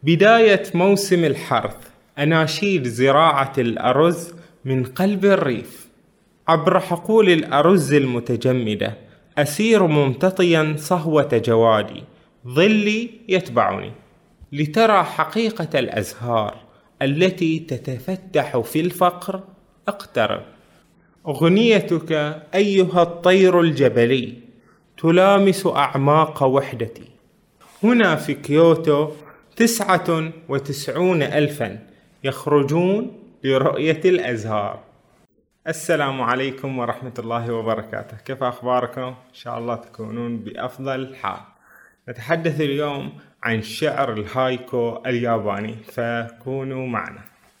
بداية موسم الحرث، أناشيد زراعة الأرز من قلب الريف. عبر حقول الأرز المتجمدة أسير ممتطيا صهوة جوادي، ظلي يتبعني لترى حقيقة الأزهار التي تتفتح في الفقر. اقترب. أغنيتك أيها الطير الجبلي تلامس أعماق وحدتي. هنا في كيوتو 99,000 يخرجون لرؤية الأزهار. السلام عليكم ورحمة الله وبركاته. كيف أخباركم؟ إن شاء الله تكونون بأفضل حال. نتحدث اليوم عن شعر الهايكو الياباني، فكونوا معنا.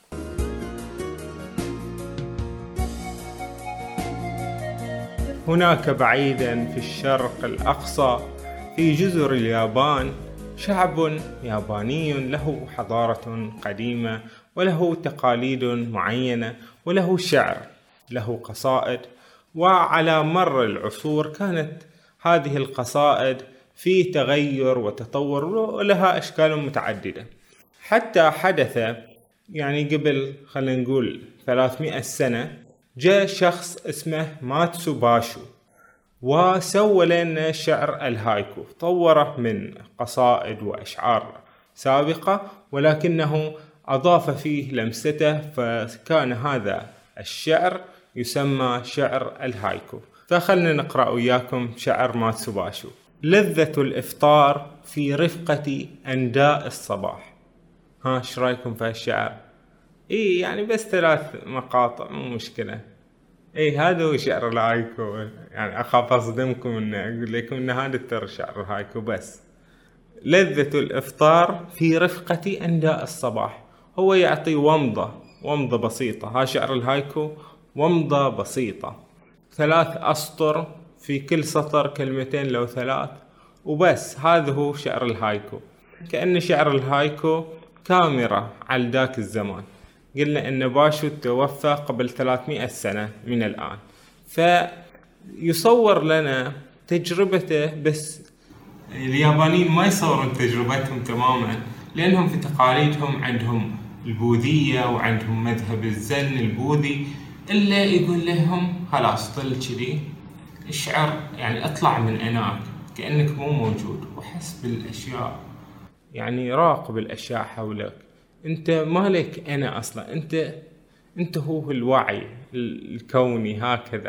هناك بعيدا في الشرق الأقصى في جزر اليابان شعب ياباني له حضارة قديمة وله تقاليد معينة وله شعر، له قصائد، وعلى مر العصور كانت هذه القصائد في تغير وتطور ولها أشكال متعددة، حتى حدث قبل خلينا نقول 300 سنة جاء شخص اسمه ماتسوباشو وسوى لنا شعر الهايكو، طوره من قصائد وأشعار سابقة ولكنه أضاف فيه لمسته، فكان هذا الشعر يسمى شعر الهايكو. فخلنا نقرأ وياكم شعر ماتسوباشو. لذة الإفطار في رفقة أنداء الصباح. ايش رايكم في الشعر؟ بس 3 مقاطع مو مشكلة. هذا هو شعر الهايكو. أخاف أصدمكم إن أقول لكم إن هذا ترى شعر الهايكو بس. لذة الإفطار في رفقة أنداء الصباح. هو يعطي ومضة بسيطة. شعر الهايكو ومضة بسيطة، 3 أسطر في كل سطر، 2 لو 3 وبس. هذا هو شعر الهايكو. كأن شعر الهايكو كاميرا على ذاك الزمان. قلنا ان باشو توفى قبل 300 سنة من الآن، فيصور لنا تجربته. بس اليابانيين ما يصورون تجربتهم تماما، لأنهم في تقاليدهم عندهم البوذية وعندهم مذهب الزن البوذي إلا يقول لهم خلاص طل كذي الشعر، اطلع من هناك كأنك مو موجود وحس بالأشياء، راقب الأشياء حولك. انت مالك انا اصلا، انت هو الوعي الكوني هكذا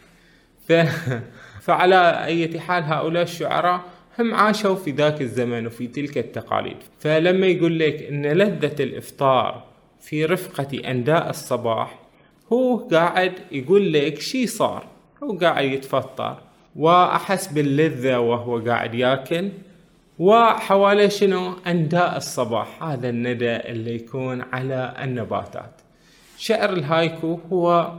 فعلى اي حال هؤلاء الشعراء هم عاشوا في ذاك الزمن وفي تلك التقاليد. فلما يقول لك ان لذة الافطار في رفقة انداء الصباح، هو قاعد يقول لك شي صار. هو قاعد يتفطر واحس باللذة وهو قاعد ياكل، وحوالي شنو؟ أنداء الصباح، هذا الندى اللي يكون على النباتات. شعر الهايكو هو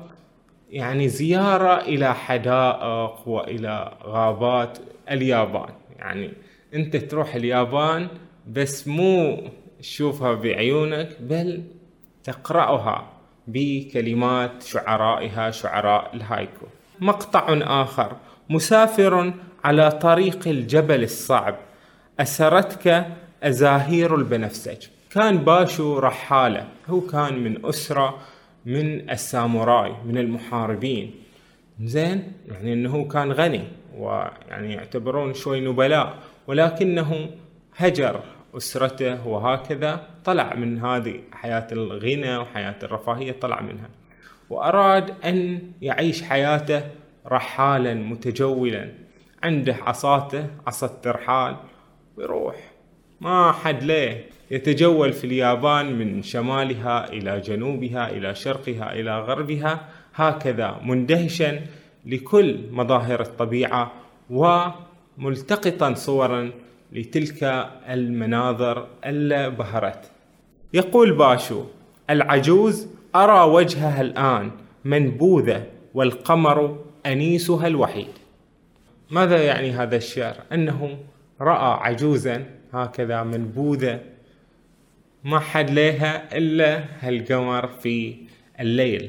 زيارة إلى حدائق وإلى غابات اليابان. أنت تروح اليابان بس مو تشوفها بعيونك، بل تقرأها بكلمات شعرائها، شعراء الهايكو. مقطع آخر: مسافر على طريق الجبل الصعب أسرتك أزاهير البنفسج. كان باشو رحالة، هو كان من أسرة من الساموراي، من المحاربين. أنه كان غني يعتبرون شوي نبلاء، ولكنه هجر أسرته وهكذا طلع من هذه حياة الغنى وحياة الرفاهية، طلع منها وأراد أن يعيش حياته رحالا متجولا. عنده عصاته، عصا الترحال، ويروح ما حد ليه يتجول في اليابان من شمالها إلى جنوبها إلى شرقها إلى غربها، هكذا مندهشا لكل مظاهر الطبيعة وملتقطا صورا لتلك المناظر اللي بهرت. يقول باشو: العجوز أرى وجهها الآن منبوذة والقمر أنيسها الوحيد. ماذا يعني هذا الشعر؟ أنه رأى عجوزا هكذا منبوذة ما حد لها إلا هالقمر في الليل.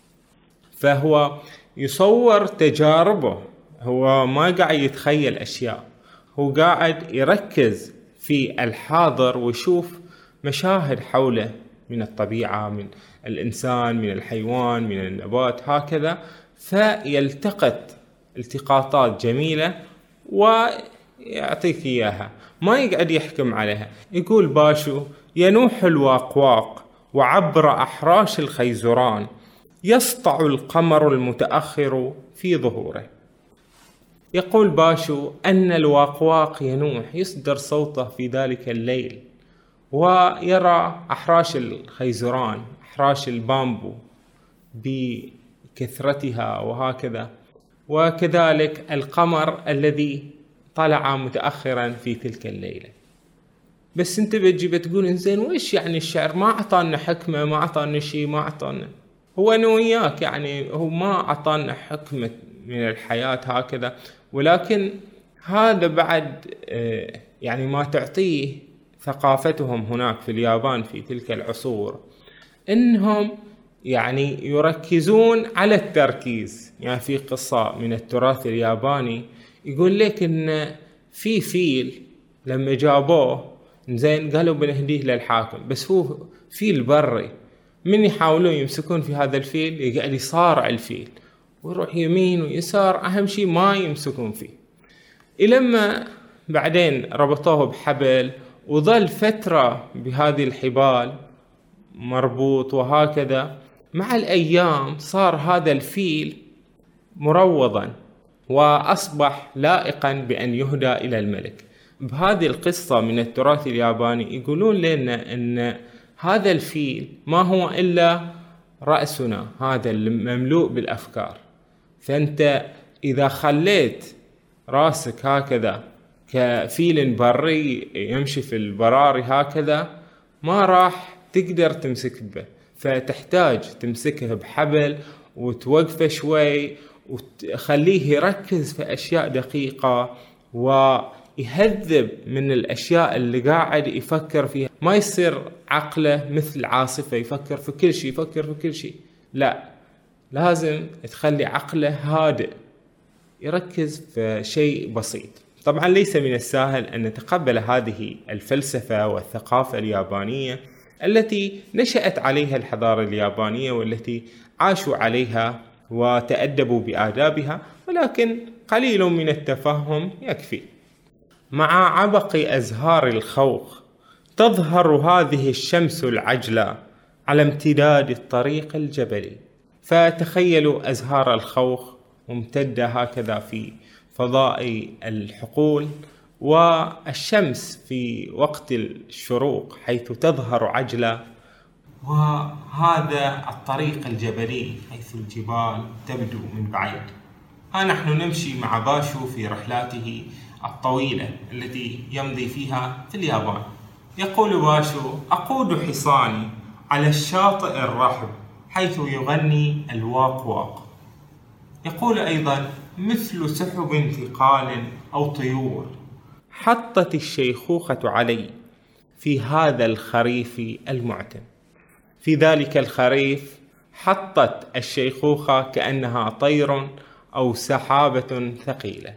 فهو يصور تجاربه، هو ما قاعد يتخيل أشياء، هو قاعد يركز في الحاضر ويشوف مشاهد حوله من الطبيعة، من الإنسان، من الحيوان، من النبات، هكذا. فيلتقط التقاطات جميلة ويعطيك إياها، ما يقعد يحكم عليها. يقول باشو: ينوح الواقواق وعبر أحراش الخيزران، يسطع القمر المتأخر في ظهوره. يقول باشو أن الواقواق ينوح، يصدر صوته في ذلك الليل، ويرى أحراش الخيزران، أحراش البامبو بكثرتها وهكذا، وكذلك القمر الذي طلع متأخرا في تلك الليلة. بس انت بتجي بتقول إنزين وإيش يعني الشعر ما أعطانا حكمة، ما أعطانا شيء، ما أعطانا، هو أنا وياك يعني هو ما أعطانا حكمة من الحياة هكذا، ولكن هذا بعد يعني ما تعطيه ثقافتهم هناك في اليابان في تلك العصور، إنهم يعني يركزون على التركيز. يعني في قصة من التراث الياباني يقول لك إن في فيل لما جابوه زين قالوا بنهديه للحاكم، بس هو فيل بري، من يحاولون يمسكون في هذا الفيل يقعد يصارع الفيل ويروح يمين ويسار، أهم شيء ما يمسكون فيه. إلما بعدين ربطوه بحبل وظل فترة بهذه الحبال مربوط، وهكذا مع الأيام صار هذا الفيل مروضا وأصبح لائقا بأن يهدى إلى الملك. بهذه القصة من التراث الياباني يقولون لنا أن هذا الفيل ما هو إلا رأسنا هذا المملوء بالأفكار، فأنت إذا خليت راسك هكذا كفيل بري يمشي في البراري هكذا ما راح تقدر تمسك به، فتحتاج تمسكه بحبل وتوقفه شوي وتخليه يركز في أشياء دقيقة ويهذب من الأشياء اللي قاعد يفكر فيها، ما يصير عقله مثل عاصفة يفكر في كل شيء، يفكر في كل شيء، لا، لازم تخلي عقله هادئ يركز في شيء بسيط. طبعا ليس من السهل أن نتقبل هذه الفلسفة والثقافة اليابانية التي نشأت عليها الحضارة اليابانية والتي عاشوا عليها وتأدبوا بآدابها، ولكن قليل من التفهم يكفي. مع عبق أزهار الخوخ تظهر هذه الشمس العجلة على امتداد الطريق الجبلي، فتخيلوا أزهار الخوخ ممتدة هكذا في فضاء الحقول، والشمس في وقت الشروق حيث تظهر عجلة، وهذا الطريق الجبلي حيث الجبال تبدو من بعيد. ها نحن نمشي مع باشو في رحلاته الطويلة التي يمضي فيها في اليابان. يقول باشو: أقود حصاني على الشاطئ الرحب حيث يغني الواقواق. يقول أيضا: مثل سحب ثقال أو طيور حطت الشيخوخة علي في هذا الخريف المعتم. في ذلك الخريف حطت الشيخوخة كأنها طير أو سحابة ثقيلة.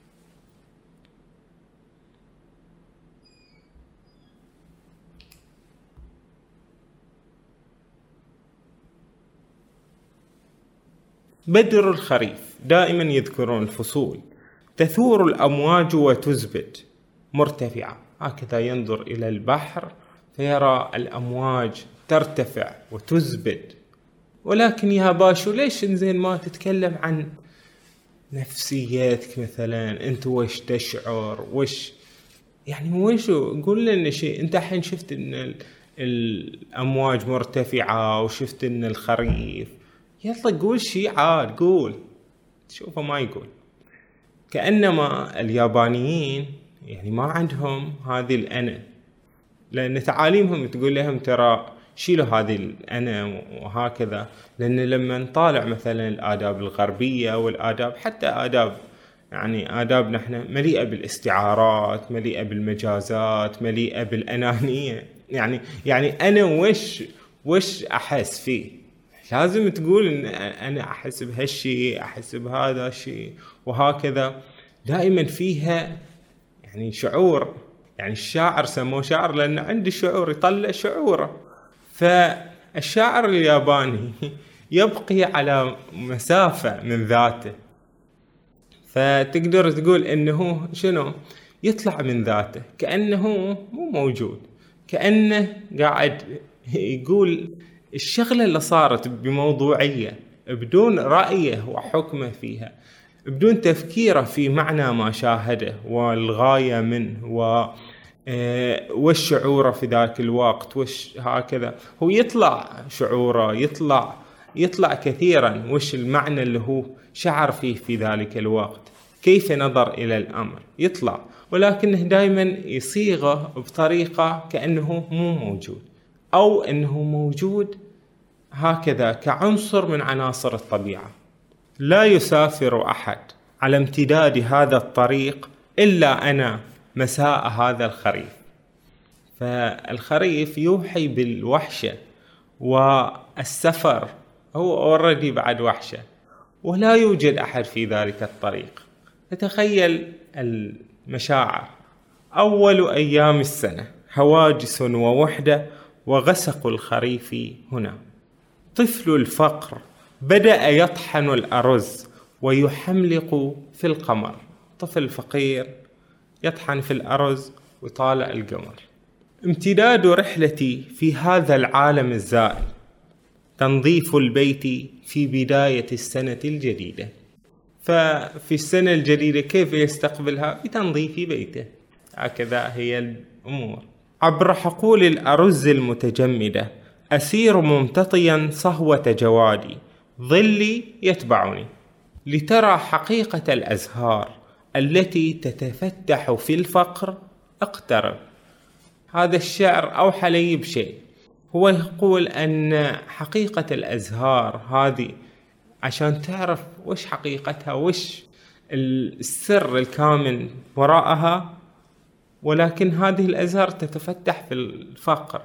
بدر الخريف دائما يذكرون الفصول، تثور الأمواج وتزبد مرتفعة، هكذا ينظر إلى البحر فيرى الأمواج ترتفع وتزبد. ولكن يا باشو ليش إنزين ما تتكلم عن نفسيتك مثلا، أنت وش تشعر، وش يعني وشو، قول لنا شيء. أنت حين شفت إن الأمواج مرتفعة وشفت إن الخريف، يلا قول شيء عاد، قول. تشوفه ما يقول، كأنما اليابانيين يعني ما عندهم هذه الأنا، لأن تعاليمهم تقول لهم ترى شيلوا هذه الأنا وهكذا. لأن لما نطالع مثلا الآداب الغربية والآداب حتى آداب يعني آدابنا احنا مليئة بالاستعارات، مليئة بالمجازات، مليئة بالأنانية. يعني أنا وش أحس فيه، لازم تقول إن أنا أحس بهالشيء، أحس بهذا الشيء وهكذا. دائما فيها يعني شعور يعني الشاعر سموه شاعر لأنه عنده شعور، يطلع شعوره. فالشاعر الياباني يبقي على مسافة من ذاته، فتقدر تقول انه شنو، يطلع من ذاته كأنه مو موجود، كأنه قاعد يقول الشغلة اللي صارت بموضوعية بدون رأيه وحكمه فيها، بدون تفكيره في معنى ما شاهده والغاية منه وش شعوره في ذاك الوقت، وش هكذا هو يطلع شعوره، يطلع كثيرا وش المعنى اللي هو شعر فيه في ذلك الوقت، كيف نظر إلى الأمر يطلع، ولكنه دائما يصيغه بطريقة كأنه مو موجود، أو أنه موجود هكذا كعنصر من عناصر الطبيعة. لا يسافر أحد على امتداد هذا الطريق إلا أنا مساء هذا الخريف. فالخريف يوحي بالوحشة، والسفر هو already بعد وحشة، ولا يوجد أحد في ذلك الطريق. تتخيل المشاعر: أول أيام السنة، هواجس ووحدة، وغسق الخريف هنا. طفل الفقر بدأ يطحن الأرز ويحملق في القمر. طفل فقير يطحن في الأرز ويطالع القمر. امتداد رحلتي في هذا العالم الزائل، تنظيف البيت في بداية السنة الجديدة. ففي السنة الجديدة كيف يستقبلها؟ بتنظيف بيته. هكذا هي الأمور. عبر حقول الأرز المتجمدة أسير ممتطيا صهوة جوادي، ظلي يتبعني لترى حقيقة الأزهار التي تتفتح في الفقر. اقترب. هذا الشعر أوحى لي بشيء، هو يقول أن حقيقة الأزهار هذه عشان تعرف وش حقيقتها، وش السر الكامن وراءها، ولكن هذه الأزهار تتفتح في الفقر،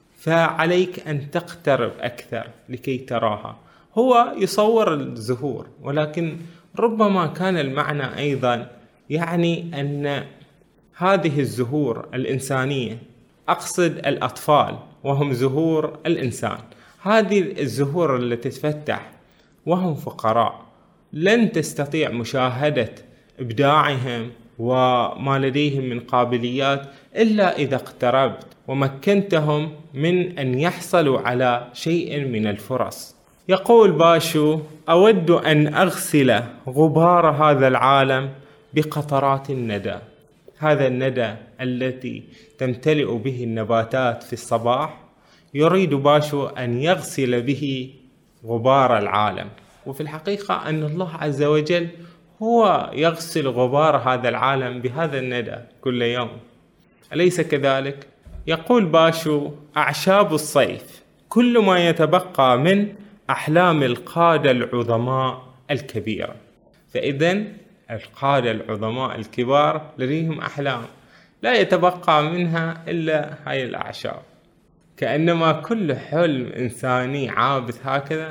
فعليك أن تقترب أكثر لكي تراها. هو يصور الزهور، ولكن ربما كان المعنى أيضا يعني أن هذه الزهور الإنسانية، أقصد الأطفال وهم زهور الإنسان، هذه الزهور التي تتفتح وهم فقراء، لن تستطيع مشاهدة إبداعهم وما لديهم من قابليات إلا إذا اقتربت ومكنتهم من أن يحصلوا على شيء من الفرص. يقول باشو: أود أن أغسل غبار هذا العالم بقطرات الندى. هذا الندى التي تمتلئ به النباتات في الصباح، يريد باشو أن يغسل به غبار العالم. وفي الحقيقة أن الله عز وجل هو يغسل غبار هذا العالم بهذا الندى كل يوم، أليس كذلك؟ يقول باشو: أعشاب الصيف كل ما يتبقى من أحلام القادة العظماء الكبيرة. فإذن القادة العظماء الكبار لديهم أحلام لا يتبقى منها إلا هاي الأعشاب، كأنما كل حلم إنساني عابث هكذا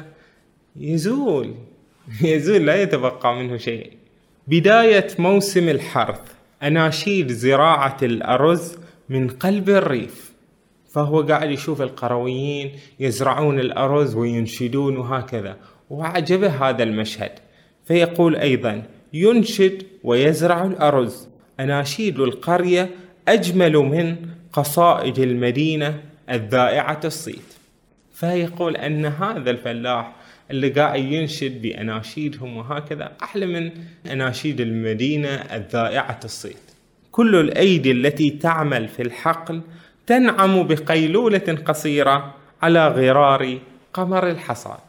يزول لا يتبقى منه شيء. بداية موسم الحرث، أناشيد زراعة الأرز من قلب الريف. فهو قاعد يشوف القرويين يزرعون الأرز وينشدون وهكذا، وعجبه هذا المشهد، فيقول أيضا: ينشد ويزرع الأرز، أناشيد القرية أجمل من قصائد المدينة الذائعة الصيت. فيقول أن هذا الفلاح اللي قاعد ينشد بأناشيدهم وهكذا أحلى من أناشيد المدينة الذائعة الصيت. كل الأيدي التي تعمل في الحقل تنعم بقيلولة قصيرة على غرار قمر الحصاد.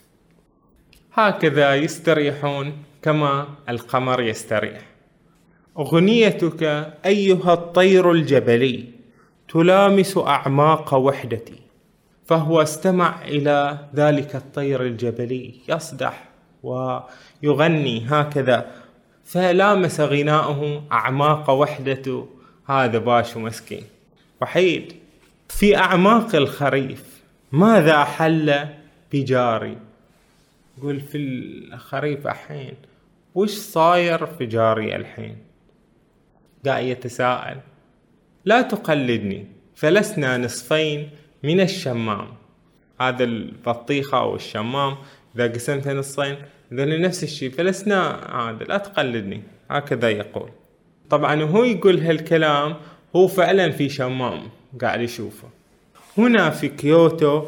هكذا يستريحون كما القمر يستريح. أغنيتك أيها الطير الجبلي تلامس أعماق وحدتي. فهو استمع إلى ذلك الطير الجبلي يصدح ويغني هكذا، فلامس غناؤه أعماق وحدته. هذا باشو مسكين وحيد في أعماق الخريف. ماذا حل بجاري؟ قل في الخريف الحين وش صاير في جاري الحين؟ قاعد يتساءل. لا تقلدني فلسنا نصفين من الشمام. هذا البطيخة أو الشمام إذا قسمتها نصين ذل نفس الشيء، فلسنا هذا، لا تقلدني، هكذا يقول. طبعا هو يقول هالكلام هو فعلا في شمام قاعد يشوفه. هنا في كيوتو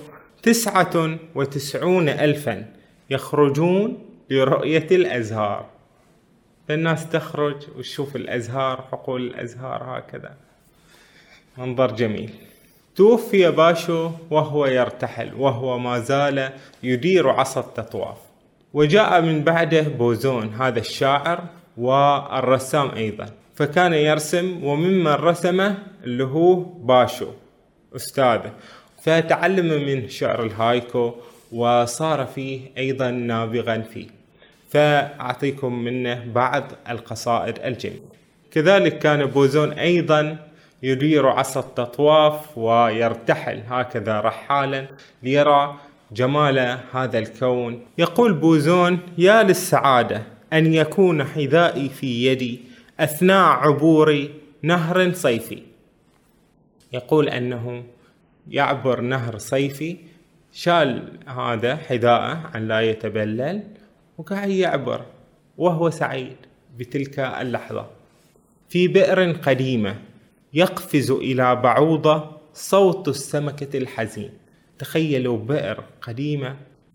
99,000 يخرجون لرؤية الأزهار، فالناس تخرج وتشوف الأزهار، حقول الأزهار، هكذا منظر جميل. توفي باشو وهو يرتحل، وهو ما زال يدير عصا التطواف. وجاء من بعده بوزون هذا الشاعر والرسام أيضا، فكان يرسم، وممن رسمه اللي هو باشو أستاذه، فتعلم من شعر الهايكو وصار فيه أيضا نابغا فيه. فأعطيكم منه بعض القصائد الجميلة. كذلك كان بوزون أيضا يدير عصا التطواف ويرتحل هكذا رحالا ليرى جمال هذا الكون. يقول بوزون: يا للسعادة أن يكون حذائي في يدي أثناء عبور نهر صيفي. يقول أنه يعبر نهر صيفي، شال هذا حذاءه عن لا يتبلل وقاعد يعبر وهو سعيد بتلك اللحظة. في بئر قديمة يقفز إلى بعوضة صوت السمكة الحزين. تخيلوا بئر قديمة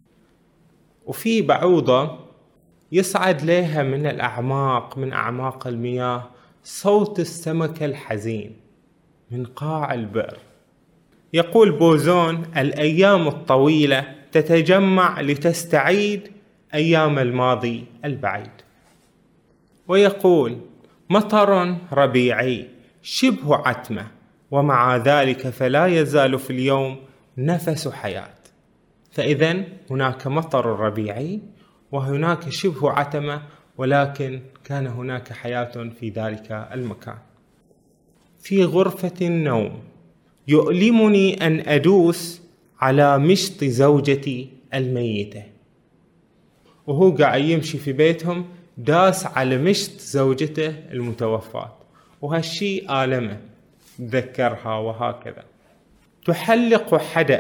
وفي بعوضة يصعد لها من الأعماق، من أعماق المياه، صوت السمكة الحزين من قاع البئر. يقول بوزون: الأيام الطويلة تتجمع لتستعيد أيام الماضي البعيد. ويقول: مطر ربيعي شبه عتمة، ومع ذلك فلا يزال في اليوم نفس حياة. فإذن هناك مطر ربيعي وهناك شبه عتمة، ولكن كان هناك حياة في ذلك المكان. في غرفة النوم يؤلمني أن أدوس على مشط زوجتي الميتة. وهو قاعد يمشي في بيتهم داس على مشط زوجته المتوفاة، وهالشي آلمه، تذكرها وهكذا. تحلق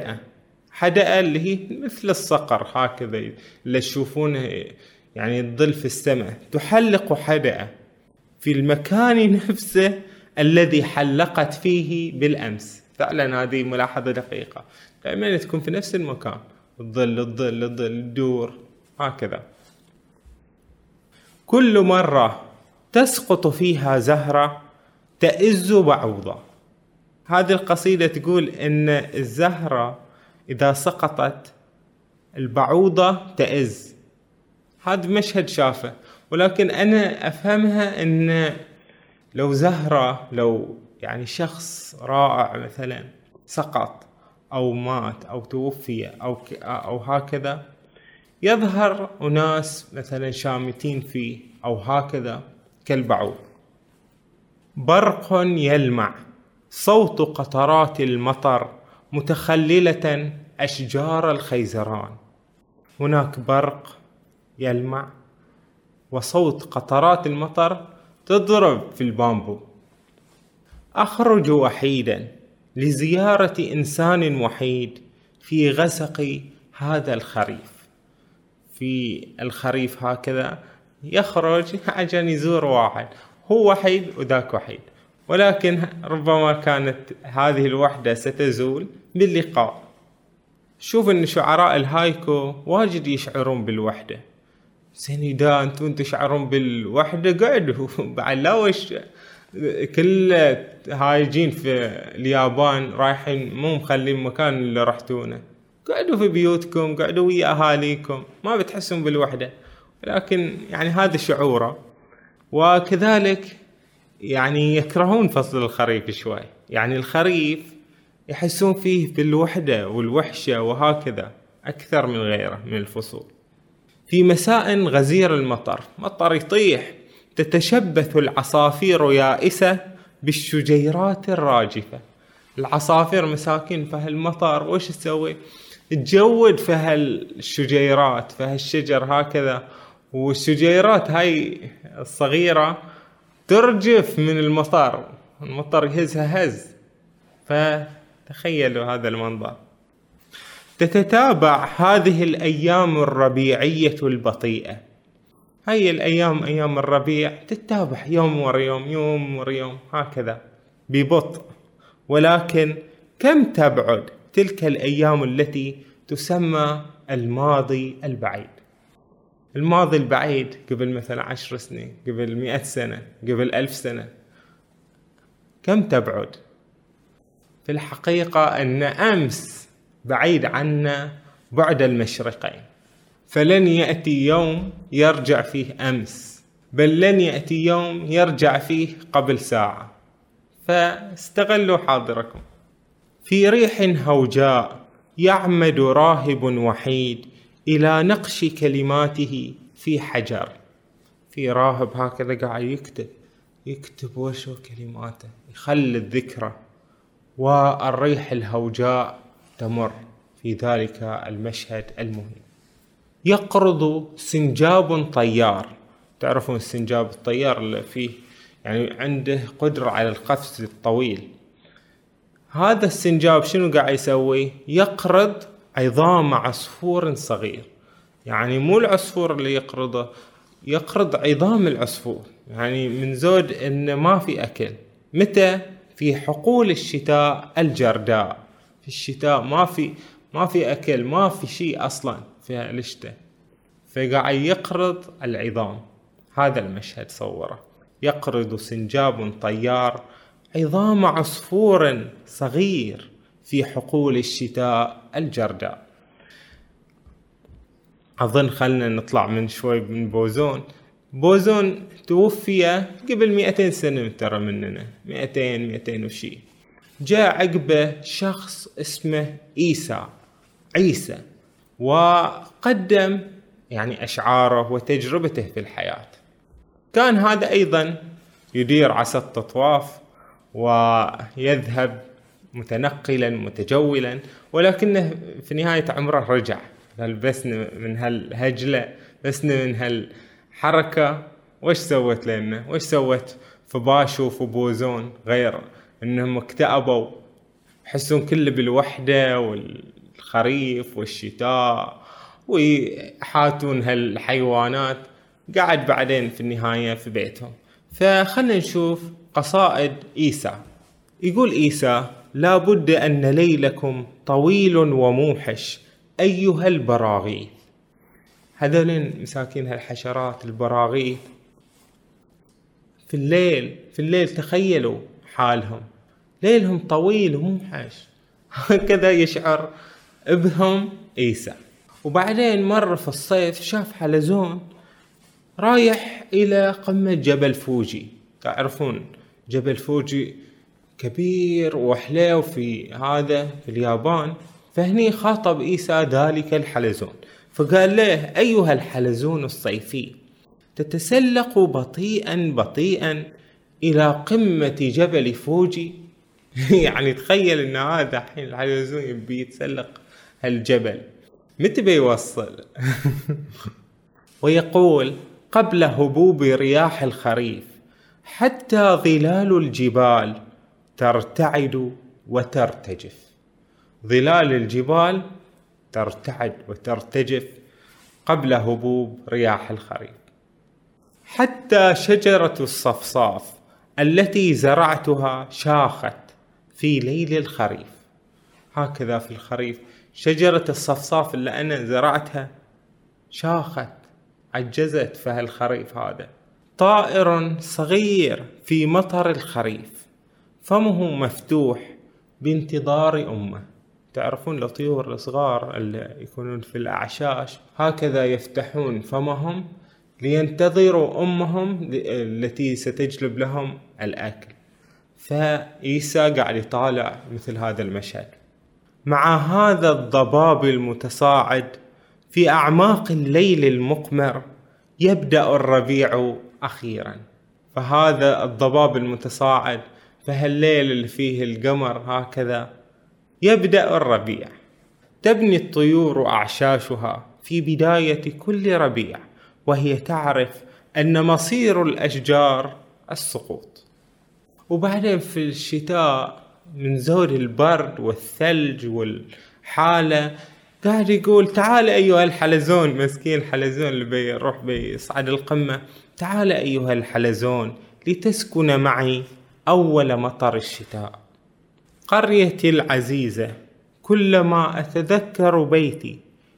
حدأ اللي هي مثل الصقر هكذا اللي تشوفونه يعني الظل في السماء. تحلق حدأ في المكان نفسه الذي حلقت فيه بالأمس. فعلا هذه ملاحظة دقيقة، دائما تكون في نفس المكان، الظل الدور هكذا. كل مرة تسقط فيها زهرة تئز بعوضة. هذه القصيدة تقول إن الزهرة إذا سقطت البعوضة تئز. هذا مشهد شافه، ولكن أنا أفهمها إن لو زهرة، لو يعني شخص رائع مثلا سقط أو مات أو توفي أو هكذا، يظهر أناس مثلا شامتين فيه أو هكذا كالبعوض. برق يلمع صوت قطرات المطر متخللة أشجار الخيزران. هناك برق يلمع وصوت قطرات المطر تضرب في البامبو. أخرج وحيدا لزيارة إنسان وحيد في غسق هذا الخريف. في الخريف هكذا يخرج عشان يزور واحد، هو وحيد وذاك وحيد، ولكن ربما كانت هذه الوحدة ستزول باللقاء. شوف ان شعراء الهايكو واجد يشعرون بالوحدة. زين إذا انتم تشعرون بالوحدة قعدوا بعد، لا وش كل هايجين في اليابان رايحين مو مخلين مكان اللي رحتونه، قعدوا في بيوتكم، قعدوا ويا أهاليكم، ما بتحسون بالوحدة. لكن يعني هذا شعوره. وكذلك يعني يكرهون فصل الخريف شوي، يعني الخريف يحسون فيه بالوحدة والوحشة وهكذا أكثر من غيره من الفصول. في مساء غزير المطر، مطر يطيح، تتشبث العصافير يائسة بالشجيرات الراجفة. العصافير مساكين في هالمطر وش تسوي؟ تجود في هالشجيرات، في هالشجر هكذا، والشجيرات هاي الصغيرة ترجف من المطر، المطر يهزها هز. فتخيلوا هذا المنظر. تتتابع هذه الأيام الربيعية البطيئة. هاي الأيام أيام الربيع تتابع يوم ورا يوم، يوم ورا يوم، هكذا ببطء. ولكن كم تبعد تلك الأيام التي تسمى الماضي البعيد. الماضي البعيد قبل مثلا 10 سنين، قبل 100 سنة، قبل 1000 سنة، كم تبعد؟ في الحقيقة أن أمس بعيد عنا بعد المشرقين، فلن يأتي يوم يرجع فيه أمس، بل لن يأتي يوم يرجع فيه قبل ساعة. فاستغلوا حاضركم. في ريح هوجاء يعمد راهب وحيد إلى نقش كلماته في حجر. في راهب هكذا قاعد يكتب وشو كلماته، يخلد ذكره، والريح الهوجاء تمر في ذلك المشهد المهم. يقرض سنجاب طيار. تعرفون السنجاب الطيار اللي فيه يعني عنده قدرة على القفز الطويل. هذا السنجاب شنو قاعد يسوي؟ يقرض عظام عصفور صغير. يعني مو العصفور اللي يقرضه، يقرض عظام العصفور. يعني من زود إن ما في أكل. متى؟ في حقول الشتاء الجرداء. في الشتاء ما في أكل، ما في شيء أصلا في الشتاء، فقاعد يقرض العظام. هذا المشهد صوره. يقرض سنجاب طيار عظام عصفور صغير في حقول الشتاء الجرداء. أظن خلنا نطلع من شوي من بوزون. بوزون توفي قبل 200 سنة ترى مننا، 200 وشي. جاء عقبه شخص اسمه عيسى، وقدم يعني أشعاره وتجربته في الحياة. كان هذا أيضا يدير عصا التطواف ويذهب متنقلا متجولا، ولكنه في نهاية عمره رجع. قال بسنا من هالهجلة، بسنا من هالحركة، وش سوت لنا؟ وش سوت في باشو وفي بوزون غير انهم اكتئبوا، يحسون كله بالوحدة والخريف والشتاء ويحاتون هالحيوانات. قاعد بعدين في النهاية في بيتهم. فخلنا نشوف قصائد إيسا. يقول إيسا: لا بد أن ليلكم طويل وموحش أيها البراغيث. هذولين مساكين هالحشرات البراغيث في الليل تخيلوا حالهم، ليلهم طويل وموحش. هكذا يشعر بهم إيسا. وبعدين مر في الصيف، شاف حلزون رايح إلى قمة جبل فوجي. تعرفون جبل فوجي كبير وحلو في اليابان. فهني خاطب إيسا ذلك الحلزون، فقال له: أيها الحلزون الصيفي، تتسلق بطيئا إلى قمة جبل فوجي. يعني تخيل إن هذا حين الحلزون يبي يتسلق هالجبل، متى بيوصل؟ ويقول: قبل هبوب رياح الخريف حتى ظلال الجبال ترتعد وترتجف. ظلال الجبال ترتعد وترتجف قبل هبوب رياح الخريف. حتى شجرة الصفصاف التي زرعتها شاخت في ليل الخريف. هكذا في الخريف شجرة الصفصاف اللي أنا زرعتها شاخت، عجزت في هالخريف هذا. طائر صغير في مطر الخريف فمه مفتوح بانتظار أمه. تعرفون الطيور الصغار اللي يكونون في الأعشاش هكذا يفتحون فمهم لينتظروا أمهم التي ستجلب لهم الأكل. فإيسا قاعد يطالع مثل هذا المشهد. مع هذا الضباب المتصاعد في أعماق الليل المقمر يبدأ الربيع أخيرا. فهذا الضباب المتصاعد فهالليل اللي فيه القمر هكذا يبدأ الربيع. تبني الطيور أعشاشها في بداية كل ربيع، وهي تعرف أن مصير الأشجار السقوط. وبعدين في الشتاء من زود البرد والثلج والحالة قاعد يقول تعال أيها الحلزون، مسكين الحلزون اللي بيروح بيصعد القمة، تعال أيها الحلزون لتسكن معي أول مطر الشتاء. قريتي العزيزة كلما أتذكر بيتي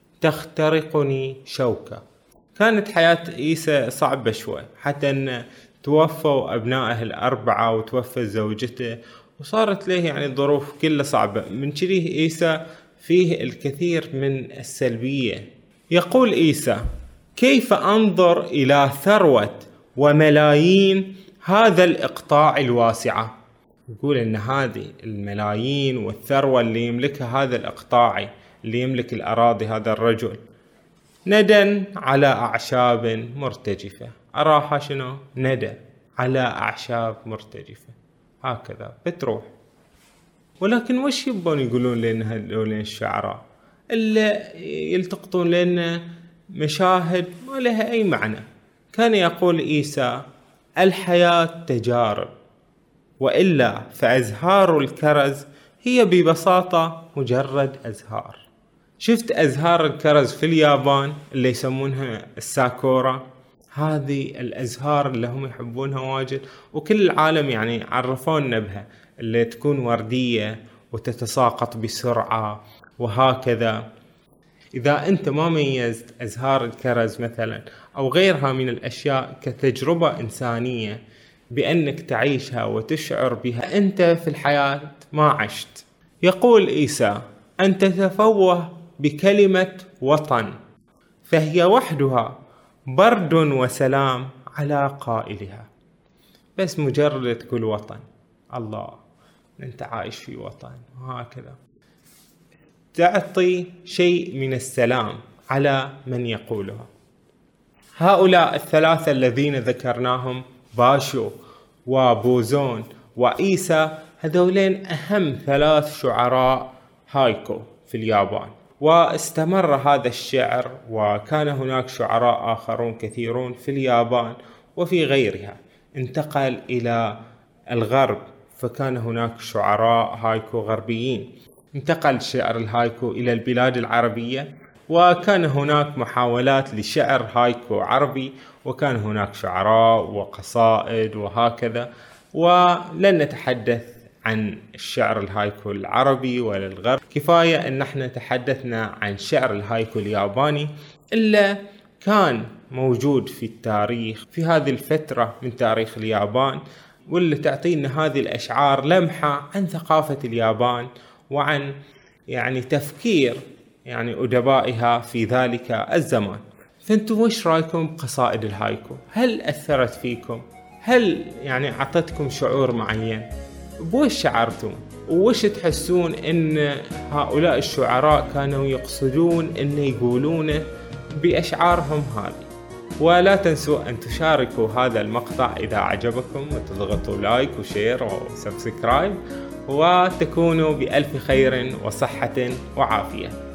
تخترقني شوكة. كانت حياة عيسى صعبة شوي، حتى أن توفوا أبنائه 4 وتوفى زوجته وصارت له يعني ظروف كلها صعبة. من كذي عيسى فيه الكثير من السلبية. يقول عيسى: كيف أنظر إلى ثروة وملايين هذا الإقطاع الواسعة؟ يقول إن هذه الملايين والثروة اللي يملكها هذا الإقطاعي اللي يملك الأراضي، هذا الرجل، ندى على أعشاب مرتجفة. أراها شنو؟ ندى على أعشاب مرتجفة، هكذا بتروح. ولكن وش يبون يقولون لنا هذول الشعراء اللي يلتقطون لنا مشاهد ما لها أي معنى؟ كان يقول عيسى: الحياة تجارب، وإلا فأزهار الكرز هي ببساطة مجرد أزهار. شفت أزهار الكرز في اليابان اللي يسمونها الساكورا؟ هذه الأزهار اللي هم يحبونها واجد، وكل العالم يعني عرفونا بها، اللي تكون وردية وتتساقط بسرعة وهكذا. إذا أنت ما ميزت أزهار الكرز مثلا أو غيرها من الأشياء كتجربة إنسانية بأنك تعيشها وتشعر بها، أنت في الحياة ما عشت. يقول عيسى: أن تتفوه بكلمة وطن فهي وحدها برد وسلام على قائلها. بس مجرد تقول وطن، الله أنت عايش في وطن، وهكذا تعطي شيء من السلام على من يقولها. هؤلاء الثلاثة الذين ذكرناهم، باشو وبوزون وعيسى، هذولين أهم 3 شعراء هايكو في اليابان. واستمر هذا الشعر، وكان هناك شعراء آخرون كثيرون في اليابان وفي غيرها. انتقل إلى الغرب فكان هناك شعراء هايكو غربيين. انتقل شعر الهايكو إلى البلاد العربية، وكان هناك محاولات لشعر هايكو عربي، وكان هناك شعراء وقصائد وهكذا. ولن نتحدث عن الشعر الهايكو العربي ولا الغرب، كفاية أن احنا تحدثنا عن شعر الهايكو الياباني اللي كان موجود في التاريخ في هذه الفترة من تاريخ اليابان، واللي تعطينا هذه الأشعار لمحة عن ثقافة اليابان وعن يعني تفكير يعني أدبائها في ذلك الزمان. فانتم وش رأيكم بقصائد الهايكو؟ هل أثرت فيكم؟ هل يعني عطتكم شعور معين؟ بوش شعرتم؟ وش تحسون ان هؤلاء الشعراء كانوا يقصدون ان يقولونه بأشعارهم هذه؟ ولا تنسوا أن تشاركوا هذا المقطع إذا عجبكم، وتضغطوا لايك وشير وسبسكرايب، وتكونوا بألف خير وصحة وعافية.